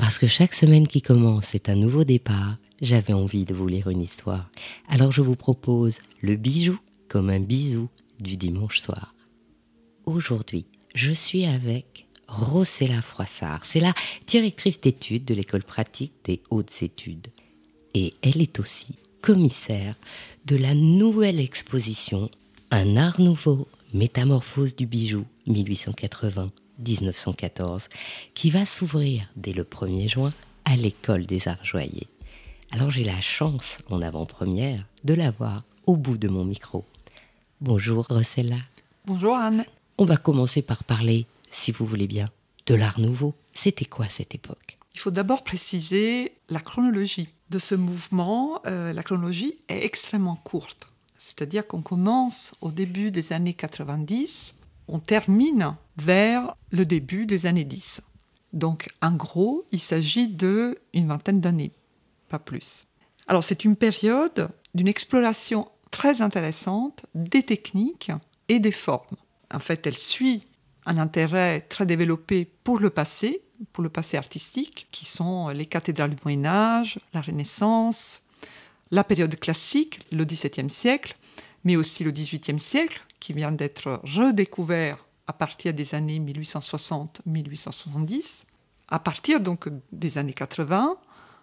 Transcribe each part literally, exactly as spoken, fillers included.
Parce que chaque semaine qui commence est un nouveau départ, j'avais envie de vous lire une histoire. Alors je vous propose le bijou comme un bisou du dimanche soir. Aujourd'hui, je suis avec Rossella Froissart. C'est la directrice d'études de l'école pratique des hautes études. Et elle est aussi commissaire de la nouvelle exposition Un art nouveau, métamorphose du bijou mille huit cent quatre-vingts à dix-neuf cent quatorze, qui va s'ouvrir dès le premier juin à l'école des arts joailliers. Alors j'ai la chance, en avant-première, de la voir au bout de mon micro. Bonjour Rossella. Bonjour Anne. On va commencer par parler, si vous voulez bien, de l'art nouveau. C'était quoi cette époque ? Il faut d'abord préciser la chronologie de ce mouvement. Euh, la chronologie est extrêmement courte. C'est-à-dire qu'on commence au début des années quatre-vingt-dix, on termine vers le début des années dix. Donc en gros, il s'agit d'une vingtaine d'années, pas plus. Alors c'est une période d'une exploration très intéressante des techniques et des formes. En fait, elle suit un intérêt très développé pour le passé, pour le passé artistique, qui sont les cathédrales du Moyen-Âge, la Renaissance, la période classique, le dix-septième siècle, mais aussi le dix-huitième siècle, qui vient d'être redécouvert à partir des années mille huit cent soixante à mille huit cent soixante-dix. À partir donc des années quatre-vingts,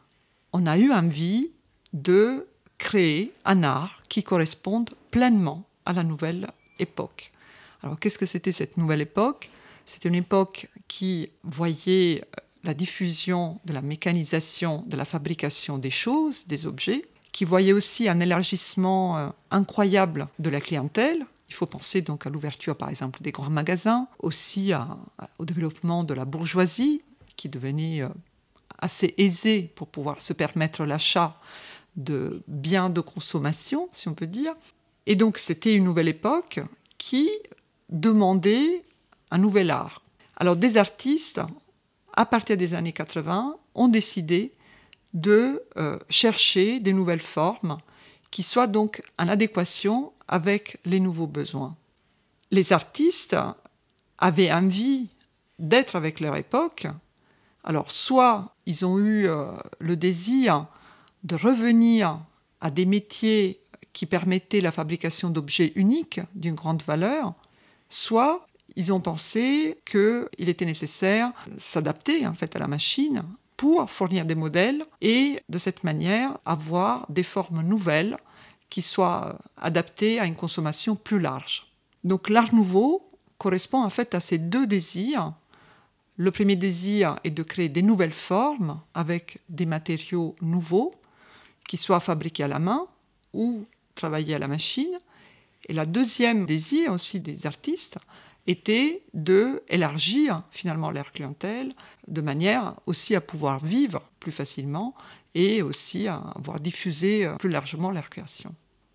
on a eu envie de créer un art qui corresponde pleinement à la nouvelle époque. Alors qu'est-ce que c'était cette nouvelle époque ? C'était une époque qui voyait la diffusion de la mécanisation de la fabrication des choses, des objets, qui voyait aussi un élargissement euh, incroyable de la clientèle. Il faut penser donc à l'ouverture, par exemple, des grands magasins, aussi à, à, au développement de la bourgeoisie, qui devenait euh, assez aisée pour pouvoir se permettre l'achat de biens de consommation, si on peut dire. Et donc, c'était une nouvelle époque qui demandait un nouvel art. Alors, des artistes, à partir des années quatre-vingts, ont décidé de euh, chercher des nouvelles formes qui soient donc en adéquation avec les nouveaux besoins. Les artistes avaient envie d'être avec leur époque. Alors, soit ils ont eu euh, le désir de revenir à des métiers qui permettaient la fabrication d'objets uniques d'une grande valeur, soit ils ont pensé qu'il était nécessaire de s'adapter en fait, à la machine pour fournir des modèles et de cette manière avoir des formes nouvelles qui soient adaptées à une consommation plus large. Donc l'art nouveau correspond en fait à ces deux désirs. Le premier désir est de créer des nouvelles formes avec des matériaux nouveaux qui soient fabriqués à la main ou travaillés à la machine. Et le deuxième désir aussi des artistes était d'élargir finalement leur clientèle de manière aussi à pouvoir vivre plus facilement et aussi à avoir diffusé plus largement leur création.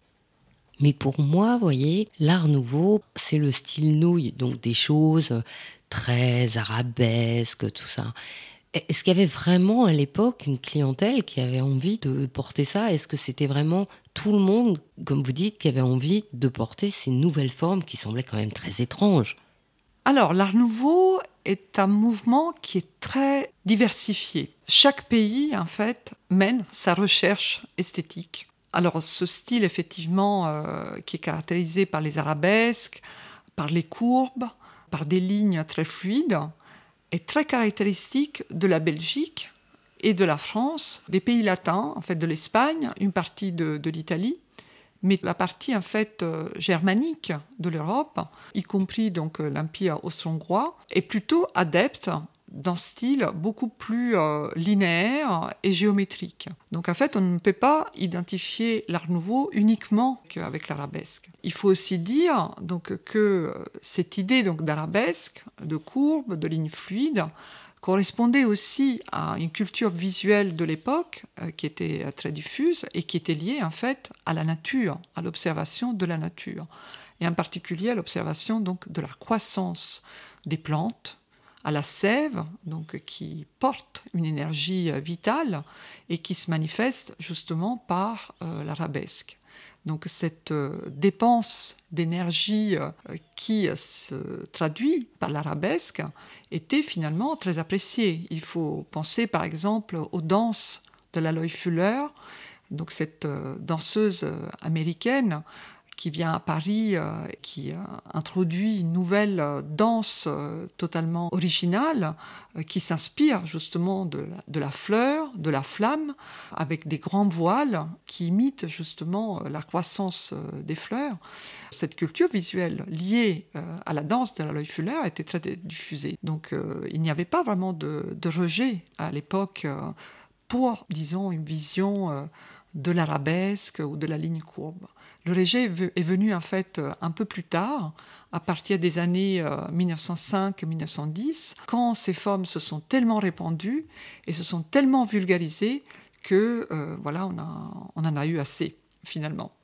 Mais pour moi, vous voyez, l'art nouveau, c'est le style nouille, donc des choses très arabesques, tout ça. Est-ce qu'il y avait vraiment à l'époque une clientèle qui avait envie de porter ça ? Est-ce que c'était vraiment tout le monde, comme vous dites, qui avait envie de porter ces nouvelles formes qui semblaient quand même très étranges ? Alors, l'art nouveau est un mouvement qui est très diversifié. Chaque pays, en fait, mène sa recherche esthétique. Alors, ce style, effectivement, euh, qui est caractérisé par les arabesques, par les courbes, par des lignes très fluides, est très caractéristique de la Belgique et de la France, des pays latins, en fait de l'Espagne, une partie de, de l'Italie, mais la partie en fait euh, germanique de l'Europe, y compris donc euh, l'Empire austro-hongrois, est plutôt adepte d'un style beaucoup plus euh, linéaire et géométrique. Donc en fait, on ne peut pas identifier l'art nouveau uniquement avec l'arabesque. Il faut aussi dire donc, que cette idée donc, d'arabesque, de courbe, de lignes fluides, correspondait aussi à une culture visuelle de l'époque euh, qui était très diffuse et qui était liée en fait à la nature, à l'observation de la nature, et en particulier à l'observation donc, de la croissance des plantes, à la sève, donc, qui porte une énergie vitale et qui se manifeste justement par euh, l'arabesque. Donc cette euh, dépense d'énergie euh, qui euh, se traduit par l'arabesque était finalement très appréciée. Il faut penser par exemple aux danses de l'Aloy Fuller, donc cette euh, danseuse euh, américaine qui vient à Paris, euh, qui euh, introduit une nouvelle euh, danse euh, totalement originale, euh, qui s'inspire justement de la, de la fleur, de la flamme, avec des grands voiles qui imitent justement euh, la croissance euh, des fleurs. Cette culture visuelle liée euh, à la danse de l'Aloy Fuller était très diffusée. Donc euh, il n'y avait pas vraiment de, de rejet à l'époque euh, pour, disons, une vision euh, de l'arabesque ou de la ligne courbe. Le rejet est venu en fait un peu plus tard, à partir des années mille neuf cent cinq mille neuf cent dix, quand ces formes se sont tellement répandues et se sont tellement vulgarisées que euh, voilà, on, a, on en a eu assez finalement.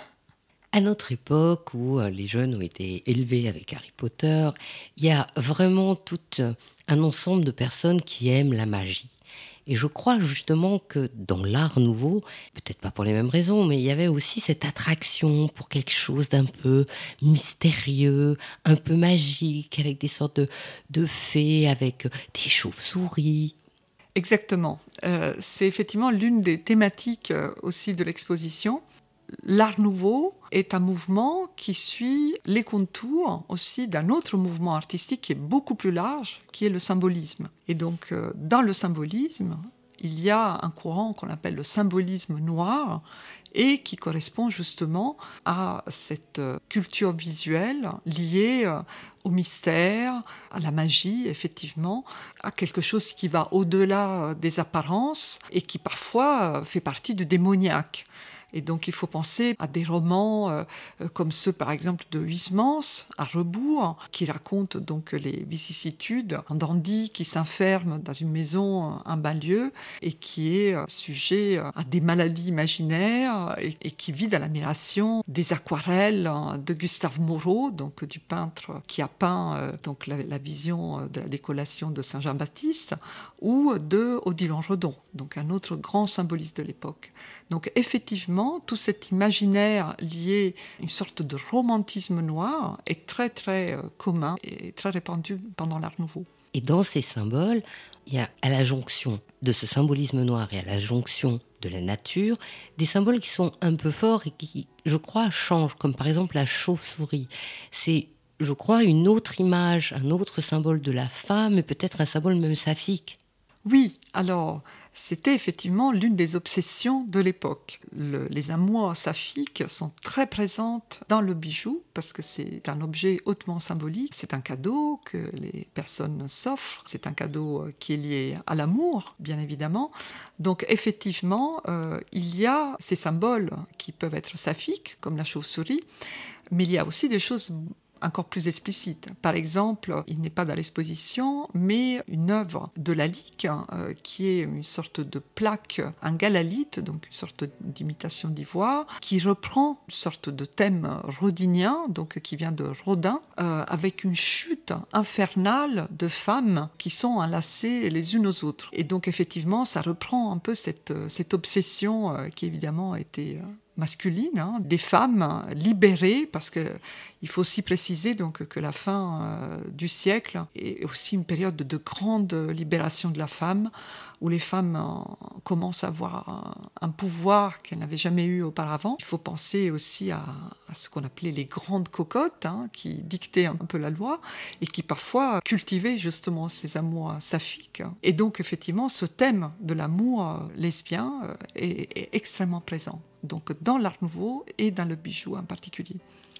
À notre époque, où les jeunes ont été élevés avec Harry Potter, il y a vraiment tout un ensemble de personnes qui aiment la magie. Et je crois justement que dans l'art nouveau, peut-être pas pour les mêmes raisons, mais il y avait aussi cette attraction pour quelque chose d'un peu mystérieux, un peu magique, avec des sortes de, de fées, avec des chauves-souris. Exactement. Euh, c'est effectivement l'une des thématiques euh, aussi de l'exposition. L'art nouveau est un mouvement qui suit les contours aussi d'un autre mouvement artistique qui est beaucoup plus large, qui est le symbolisme. Et donc, euh, dans le symbolisme, il y a un courant qu'on appelle le symbolisme noir et qui correspond justement à cette culture visuelle liée au mystère, à la magie, effectivement, à quelque chose qui va au-delà des apparences et qui parfois fait partie du démoniaque. Et donc il faut penser à des romans euh, comme ceux par exemple de Huysmans, à rebours, qui racontent donc les vicissitudes d'un dandy qui s'enferme dans une maison, un banlieue, et qui est sujet à des maladies imaginaires et, et qui vit dans l'admiration des aquarelles de Gustave Moreau, donc du peintre qui a peint euh, donc la, la vision de la décollation de Saint-Jean-Baptiste, ou de Odilon Redon, donc un autre grand symboliste de l'époque. Donc effectivement, tout cet imaginaire lié à une sorte de romantisme noir est très très commun et très répandu pendant l'Art Nouveau. Et dans ces symboles, il y a à la jonction de ce symbolisme noir et à la jonction de la nature, des symboles qui sont un peu forts et qui, je crois, changent, comme par exemple la chauve-souris. C'est, je crois, une autre image, un autre symbole de la femme et peut-être un symbole même saphique. Oui, alors c'était effectivement l'une des obsessions de l'époque. Le, les amours saphiques sont très présentes dans le bijou parce que c'est un objet hautement symbolique. C'est un cadeau que les personnes s'offrent. C'est un cadeau qui est lié à l'amour, bien évidemment. Donc effectivement, euh, il y a ces symboles qui peuvent être saphiques, comme la chauve-souris, mais il y a aussi des choses encore plus explicite. Par exemple, il n'est pas dans l'exposition, mais une œuvre de Lalique, euh, qui est une sorte de plaque, un galalite, donc une sorte d'imitation d'ivoire, qui reprend une sorte de thème rodinien, donc qui vient de Rodin, euh, avec une chute infernale de femmes qui sont enlacées les unes aux autres. Et donc effectivement, ça reprend un peu cette, cette obsession euh, qui évidemment a été... Euh, masculine, hein, des femmes libérées, parce qu'il faut aussi préciser donc, que la fin euh, du siècle est aussi une période de, de grande libération de la femme, où les femmes euh, commencent à avoir un, un pouvoir qu'elles n'avaient jamais eu auparavant. Il faut penser aussi à, à ce qu'on appelait les grandes cocottes, hein, qui dictaient un peu la loi, et qui parfois cultivaient justement ces amours saphiques. Et donc effectivement, ce thème de l'amour lesbien euh, est, est extrêmement présent. Donc dans l'Art Nouveau et dans le bijou en particulier.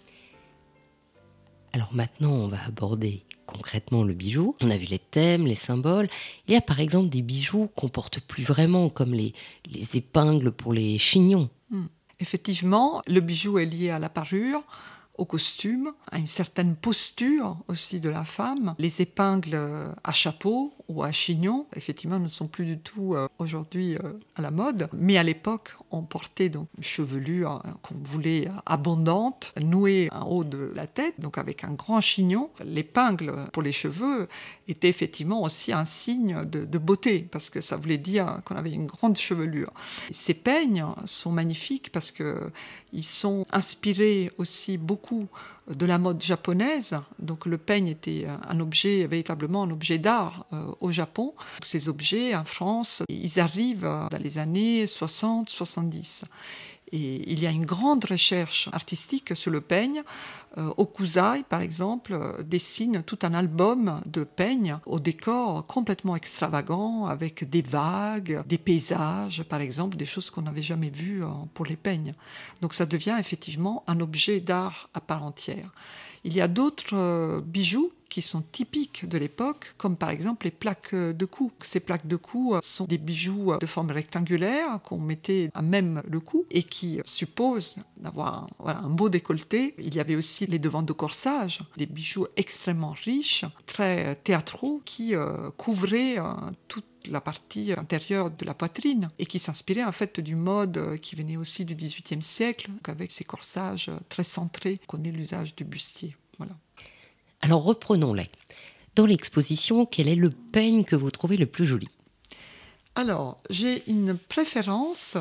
Alors maintenant, on va aborder concrètement le bijou. On a vu les thèmes, les symboles. Il y a par exemple des bijoux qu'on porte plus vraiment, comme les, les épingles pour les chignons. Mmh. Effectivement, le bijou est lié à la parure, au costume, à une certaine posture aussi de la femme. Les épingles à chapeau ou à chignon, effectivement, ne sont plus du tout euh, aujourd'hui euh, à la mode. Mais à l'époque, on portait donc une chevelure euh, qu'on voulait euh, abondante, nouée en haut de la tête, donc avec un grand chignon. L'épingle pour les cheveux était effectivement aussi un signe de, de beauté, parce que ça voulait dire qu'on avait une grande chevelure. Et ces peignes sont magnifiques parce qu'ils sont inspirés aussi beaucoup de la mode japonaise. Donc le peigne était un objet, véritablement un objet d'art euh, au Japon. Ces objets, en France, ils arrivent dans les années soixante soixante-dix. Et il y a une grande recherche artistique sur le peigne. Euh, Okuzai, par exemple, euh, dessine tout un album de peignes au décor complètement extravagant, avec des vagues, des paysages, par exemple, des choses qu'on n'avait jamais vues euh, pour les peignes. Donc ça devient effectivement un objet d'art à part entière. Il y a d'autres euh, bijoux qui sont typiques de l'époque, comme par exemple les plaques de cou. Ces plaques de cou sont des bijoux de forme rectangulaire qu'on mettait à même le cou et qui supposent d'avoir un, voilà, un beau décolleté. Il y avait aussi les devants de corsage, des bijoux extrêmement riches, très théâtraux, qui euh, couvraient euh, toute la partie intérieure de la poitrine et qui s'inspirait en fait du mode qui venait aussi du dix-huitième siècle, avec ces corsages très centrés, qu'on connaît l'usage du bustier. Voilà. Alors reprenons-les. Dans l'exposition, quel est le peigne que vous trouvez le plus joli ? Alors, j'ai une préférence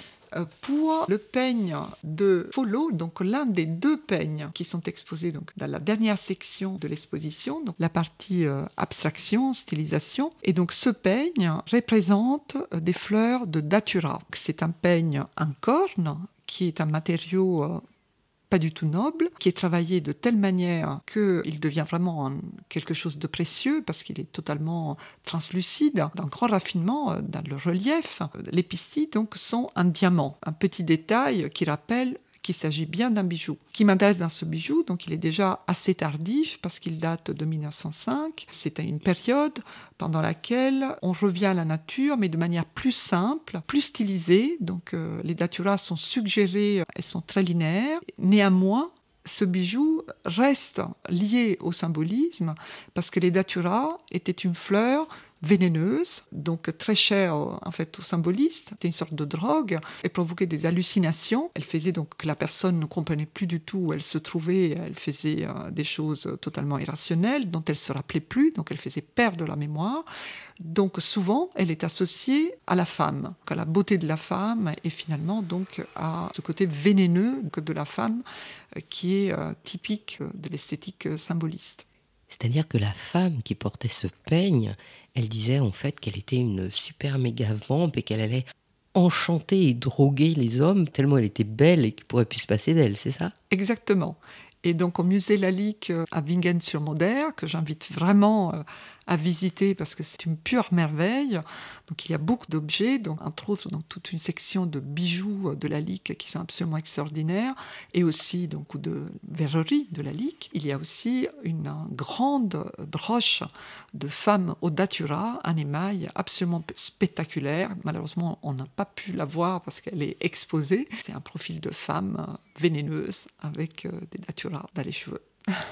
pour le peigne de Folot, donc l'un des deux peignes qui sont exposés donc, dans la dernière section de l'exposition, donc la partie euh, abstraction, stylisation. Et donc ce peigne représente des fleurs de datura. C'est un peigne en corne qui est un matériau euh, pas du tout noble, qui est travaillé de telle manière qu'il devient vraiment quelque chose de précieux parce qu'il est totalement translucide, d'un grand raffinement dans le relief. Les pistilles donc sont en diamant, un petit détail qui rappelle qu'il s'agit bien d'un bijou. Ce qui m'intéresse dans ce bijou, donc il est déjà assez tardif parce qu'il date de mille neuf cent cinq. C'est une période pendant laquelle on revient à la nature, mais de manière plus simple, plus stylisée. Donc euh, les daturas sont suggérées, elles sont très linéaires. Néanmoins, ce bijou reste lié au symbolisme parce que les daturas étaient une fleur vénéneuse, donc très chère en fait aux symbolistes. C'était une sorte de drogue. Elle provoquait des hallucinations. Elle faisait donc que la personne ne comprenait plus du tout où elle se trouvait. Elle faisait euh, des choses totalement irrationnelles dont elle ne se rappelait plus. Donc elle faisait perdre la mémoire. Donc souvent, elle est associée à la femme, à la beauté de la femme et finalement donc à ce côté vénéneux de la femme qui est euh, typique de l'esthétique symboliste. C'est-à-dire que la femme qui portait ce peigne, elle disait en fait qu'elle était une super méga vampe et qu'elle allait enchanter et droguer les hommes tellement elle était belle et qu'il ne pourrait plus se passer d'elle, c'est ça ? Exactement. Et donc au musée Lalique à Bingen-sur-Moder, que j'invite vraiment à visiter parce que c'est une pure merveille. Donc il y a beaucoup d'objets, donc, entre autres donc, toute une section de bijoux de Lalique qui sont absolument extraordinaires, et aussi donc, de verreries de Lalique. Il y a aussi une, une grande broche de femme au datura, en émail absolument spectaculaire. Malheureusement, on n'a pas pu la voir parce qu'elle est exposée. C'est un profil de femme vénéneuse avec des daturas dans les cheveux.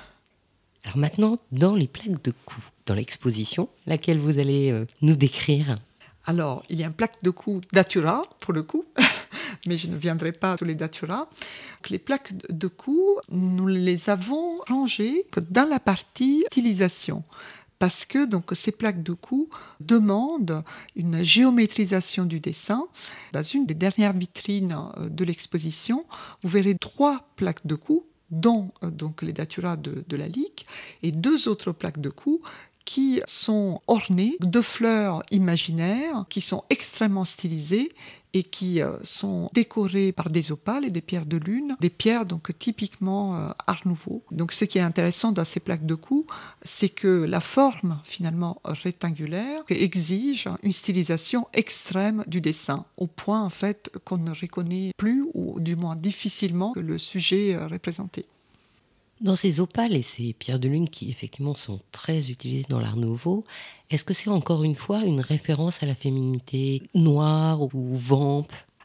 Alors maintenant, dans les plaques de cou, dans l'exposition, laquelle vous allez euh, nous décrire ? Alors, il y a une plaque de cou datura, pour le coup, mais je ne viendrai pas à tous les daturas. Les plaques de cou, nous les avons rangées dans la partie stylisation. Parce que donc, ces plaques de cou demandent une géométrisation du dessin. Dans une des dernières vitrines de l'exposition, vous verrez trois plaques de cou, dont euh, donc, les daturas de, de Lalique, et deux autres plaques de cou qui sont ornées de fleurs imaginaires, qui sont extrêmement stylisées et qui euh, sont décorées par des opales et des pierres de lune, des pierres donc typiquement euh, Art Nouveau. Donc ce qui est intéressant dans ces plaques de cou, c'est que la forme finalement rectangulaire exige une stylisation extrême du dessin, au point en fait qu'on ne reconnaît plus ou du moins difficilement le sujet euh, représenté. Dans ces opales et ces pierres de lune qui effectivement sont très utilisées dans l'Art Nouveau, est-ce que c'est encore une fois une référence à la féminité noire ou vampe ?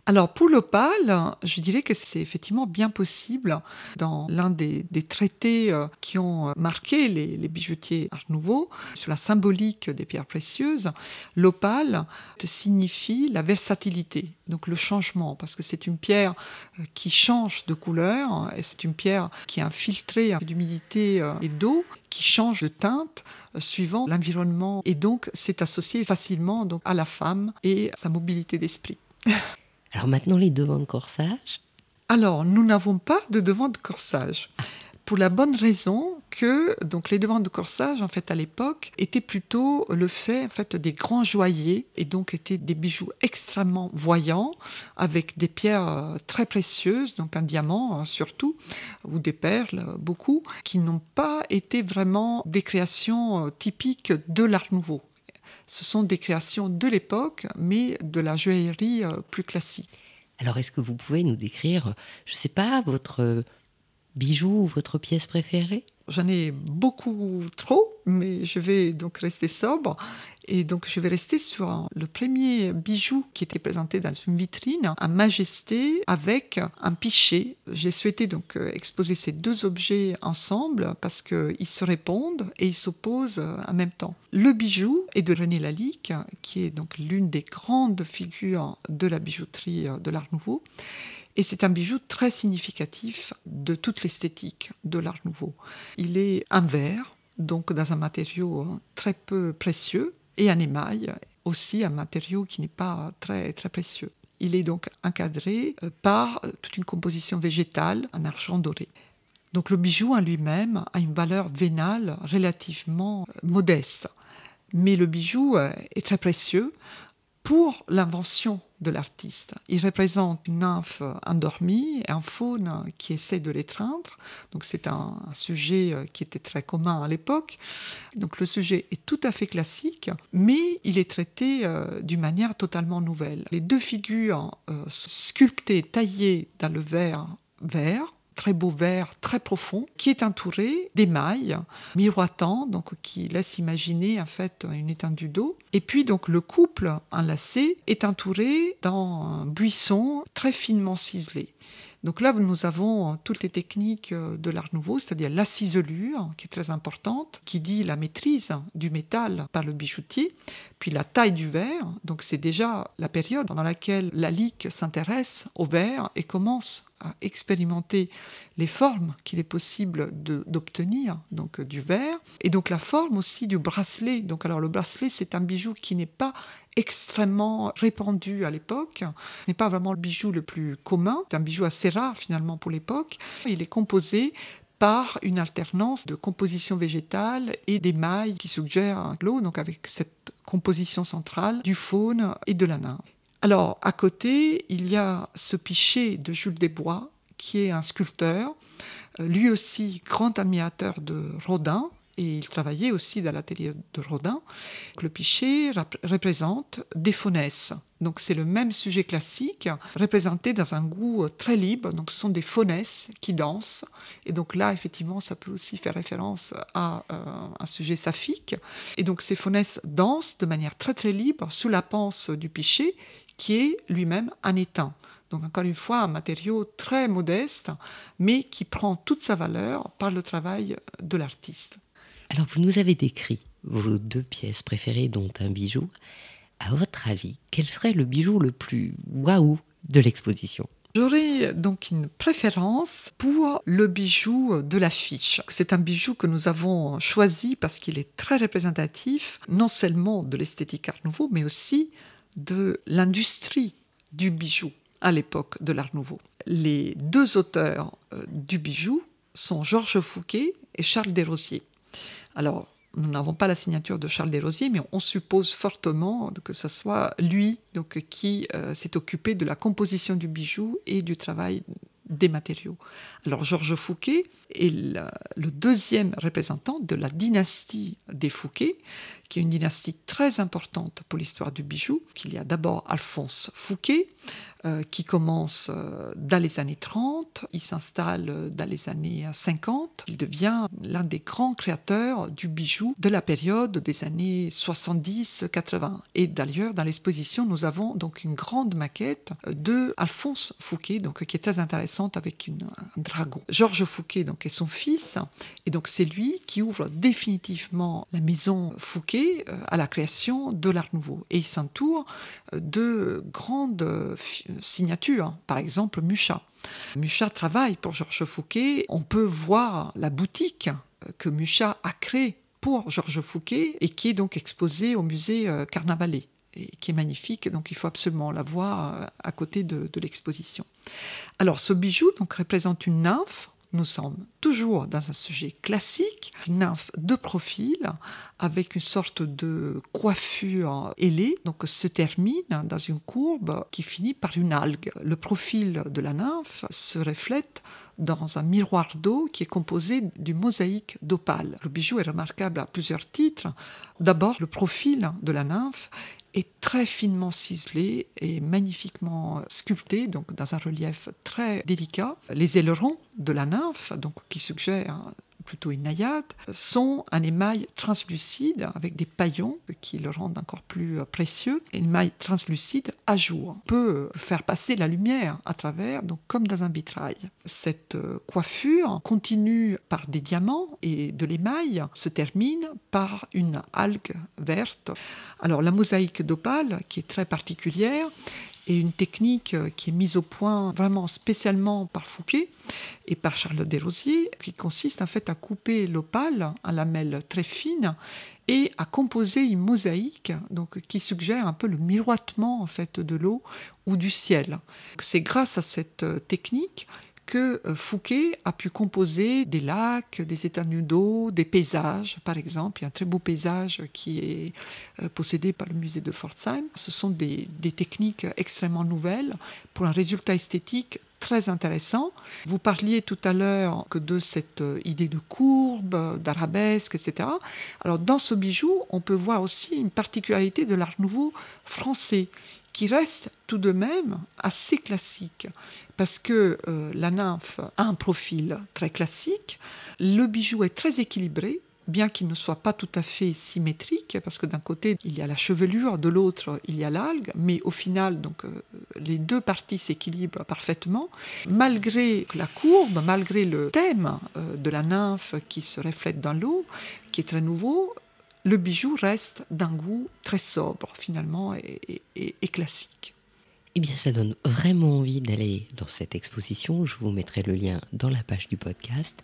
Alors pour l'opale, je dirais que c'est effectivement bien possible. Dans l'un des, des traités euh, qui ont marqué les, les bijoutiers Art Nouveau, sur la symbolique des pierres précieuses, l'opale signifie la versatilité, donc le changement, parce que c'est une pierre qui change de couleur, et c'est une pierre qui est infiltrée d'humidité et d'eau, qui change de teinte suivant l'environnement, et donc c'est associé facilement donc, à la femme et à sa mobilité d'esprit. Alors maintenant, les devants de corsage. Alors, nous n'avons pas de devant de corsage. Pour la bonne raison que donc, les devants de corsage, en fait, à l'époque, étaient plutôt le fait en fait, des grands joailliers, et donc étaient des bijoux extrêmement voyants, avec des pierres très précieuses, donc un diamant surtout, ou des perles, beaucoup, qui n'ont pas été vraiment des créations typiques de l'Art Nouveau. Ce sont des créations de l'époque, mais de la joaillerie plus classique. Alors, est-ce que vous pouvez nous décrire, je ne sais pas, votre bijou ou votre pièce préférée ? J'en ai beaucoup trop, mais je vais donc rester sobre. Et donc, je vais rester sur le premier bijou qui était présenté dans une vitrine, un majesté avec un pichet. J'ai souhaité donc exposer ces deux objets ensemble parce qu'ils se répondent et ils s'opposent en même temps. Le bijou est de René Lalique, qui est donc l'une des grandes figures de la bijouterie de l'Art Nouveau. Et c'est un bijou très significatif de toute l'esthétique de l'Art Nouveau. Il est en verre, donc dans un matériau très peu précieux, et en émail, aussi un matériau qui n'est pas très, très précieux. Il est donc encadré par toute une composition végétale en argent doré. Donc le bijou en lui-même a une valeur vénale relativement modeste. Mais le bijou est très précieux pour l'invention de l'artiste. Il représente une nymphe endormie et un faune qui essaie de l'étreindre. Donc c'est un, un sujet qui était très commun à l'époque. Donc le sujet est tout à fait classique, mais il est traité euh, d'une manière totalement nouvelle. Les deux figures euh, sculptées, taillées dans le verre vert, très beau verre, très profond, qui est entouré d'émail miroitant, donc qui laisse imaginer en fait une étendue d'eau. Et puis donc le couple enlacé est entouré dans un buisson très finement ciselé. Donc là, nous avons toutes les techniques de l'Art Nouveau, c'est-à-dire la ciselure, qui est très importante, qui dit la maîtrise du métal par le bijoutier, puis la taille du verre. Donc c'est déjà la période dans laquelle Lalique s'intéresse au verre et commence à expérimenter les formes qu'il est possible de, d'obtenir donc du verre, et donc la forme aussi du bracelet. Donc alors le bracelet, c'est un bijou qui n'est pas extrêmement répandu à l'époque, ce n'est pas vraiment le bijou le plus commun, c'est un bijou assez rare finalement pour l'époque. Il est composé par une alternance de composition végétale et d'émail qui suggère un glow, donc avec cette composition centrale du faune et de la nymphe. Alors, à côté, il y a ce pichet de Jules Desbois, qui est un sculpteur, lui aussi grand admirateur de Rodin, et il travaillait aussi dans l'atelier de Rodin. Le pichet rap- représente des faunesses. Donc c'est le même sujet classique, représenté dans un goût très libre. Donc ce sont des faunesses qui dansent. Et donc là, effectivement, ça peut aussi faire référence à euh, un sujet saphique. Et donc ces faunesses dansent de manière très très libre sous la panse du pichet, qui est lui-même un étain. Donc encore une fois, un matériau très modeste, mais qui prend toute sa valeur par le travail de l'artiste. Alors, vous nous avez décrit vos deux pièces préférées, dont un bijou. À votre avis, quel serait le bijou le plus waouh de l'exposition ? J'aurais donc une préférence pour le bijou de l'affiche. C'est un bijou que nous avons choisi parce qu'il est très représentatif, non seulement de l'esthétique Art Nouveau, mais aussi de l'industrie du bijou à l'époque de l'Art Nouveau. Les deux auteurs du bijou sont Georges Fouquet et Charles Desrosiers. Alors, nous n'avons pas la signature de Charles Desrosiers, mais on suppose fortement que ce soit lui donc, qui euh, s'est occupé de la composition du bijou et du travail des matériaux. Alors, Georges Fouquet est la, le deuxième représentant de la dynastie des Fouquet, qui est une dynastie très importante pour l'histoire du bijou. Il y a d'abord Alphonse Fouquet, euh, qui commence euh, dans les années trente, il s'installe dans les années cinquante. Il devient l'un des grands créateurs du bijou de la période des années soixante-dix quatre-vingts. Et d'ailleurs, dans l'exposition, nous avons donc une grande maquette de Alphonse Fouquet, donc, qui est très intéressante avec une, un dragon. Georges Fouquet donc, est son fils, et donc c'est lui qui ouvre définitivement la maison Fouquet euh, à la création de l'Art Nouveau. Et il s'entoure de grandes euh, signatures, par exemple Mucha. Mucha travaille pour Georges Fouquet. On peut voir la boutique que Mucha a créée pour Georges Fouquet et qui est donc exposée au musée euh, Carnavalet, et qui est magnifique, donc il faut absolument la voir à côté de, de l'exposition. Alors ce bijou donc, représente une nymphe. Nous sommes toujours dans un sujet classique, une nymphe de profil, avec une sorte de coiffure ailée, donc se termine dans une courbe qui finit par une algue. Le profil de la nymphe se reflète dans un miroir d'eau qui est composé d'une mosaïque d'opale. Le bijou est remarquable à plusieurs titres. D'abord, le profil de la nymphe est très finement ciselé et magnifiquement sculpté, donc dans un relief très délicat. Les ailerons de la nymphe, donc, qui suggèrent plutôt une naïade, sont un émail translucide avec des paillons qui le rendent encore plus précieux. Un émail translucide à jour. On peut faire passer la lumière à travers, donc comme dans un vitrail. Cette coiffure continue par des diamants et de l'émail se termine par une algue verte. Alors la mosaïque d'opale, qui est très particulière, et une technique qui est mise au point vraiment spécialement par Fouquet et par Charles Desrosiers, qui consiste en fait à couper l'opale en lamelles très fines et à composer une mosaïque donc, qui suggère un peu le miroitement en fait, de l'eau ou du ciel. C'est grâce à cette technique que Fouquet a pu composer des lacs, des étendues d'eau, des paysages, par exemple. Il y a un très beau paysage qui est possédé par le musée de Pforzheim. Ce sont des, des techniques extrêmement nouvelles pour un résultat esthétique très intéressant. Vous parliez tout à l'heure que de cette idée de courbe, d'arabesque, et cetera. Alors dans ce bijou, on peut voir aussi une particularité de l'Art Nouveau français, qui reste tout de même assez classique, parce que euh, la nymphe a un profil très classique, le bijou est très équilibré, bien qu'il ne soit pas tout à fait symétrique, parce que d'un côté, il y a la chevelure, de l'autre, il y a l'algue, mais au final, donc, euh, les deux parties s'équilibrent parfaitement. Malgré la courbe, malgré le thème euh, de la nymphe qui se reflète dans l'eau, qui est très nouveau, le bijou reste d'un goût très sobre, finalement, et, et, et classique. Eh bien, ça donne vraiment envie d'aller dans cette exposition. Je vous mettrai le lien dans la page du podcast.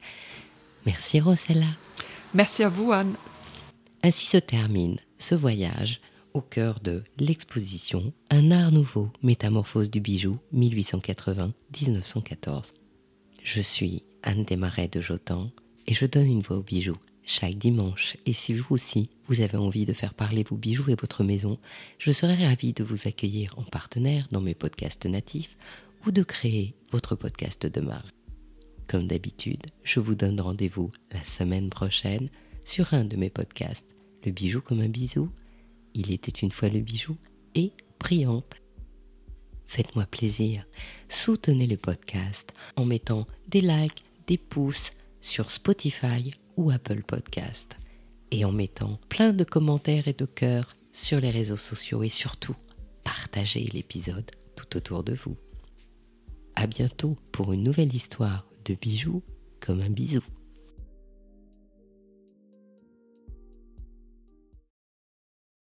Merci Rossella. Merci à vous, Anne. Ainsi se termine ce voyage au cœur de l'exposition Un art nouveau, métamorphose du bijou, mille huit cent quatre-vingts à dix-neuf cent quatorze. Je suis Anne Desmarais de Jotan et je donne une voix aux bijoux chaque dimanche. Et si vous aussi, vous avez envie de faire parler vos bijoux et votre maison, je serai ravie de vous accueillir en partenaire dans mes podcasts natifs ou de créer votre podcast de marque. Comme d'habitude, je vous donne rendez-vous la semaine prochaine sur un de mes podcasts, Le bijou comme un bisou, Il était une fois le bijou et Priante. Faites-moi plaisir, soutenez le podcast en mettant des likes, des pouces sur Spotify ou Apple Podcast et en mettant plein de commentaires et de cœurs sur les réseaux sociaux et surtout, partagez l'épisode tout autour de vous. À bientôt pour une nouvelle histoire de bijoux comme un bisou.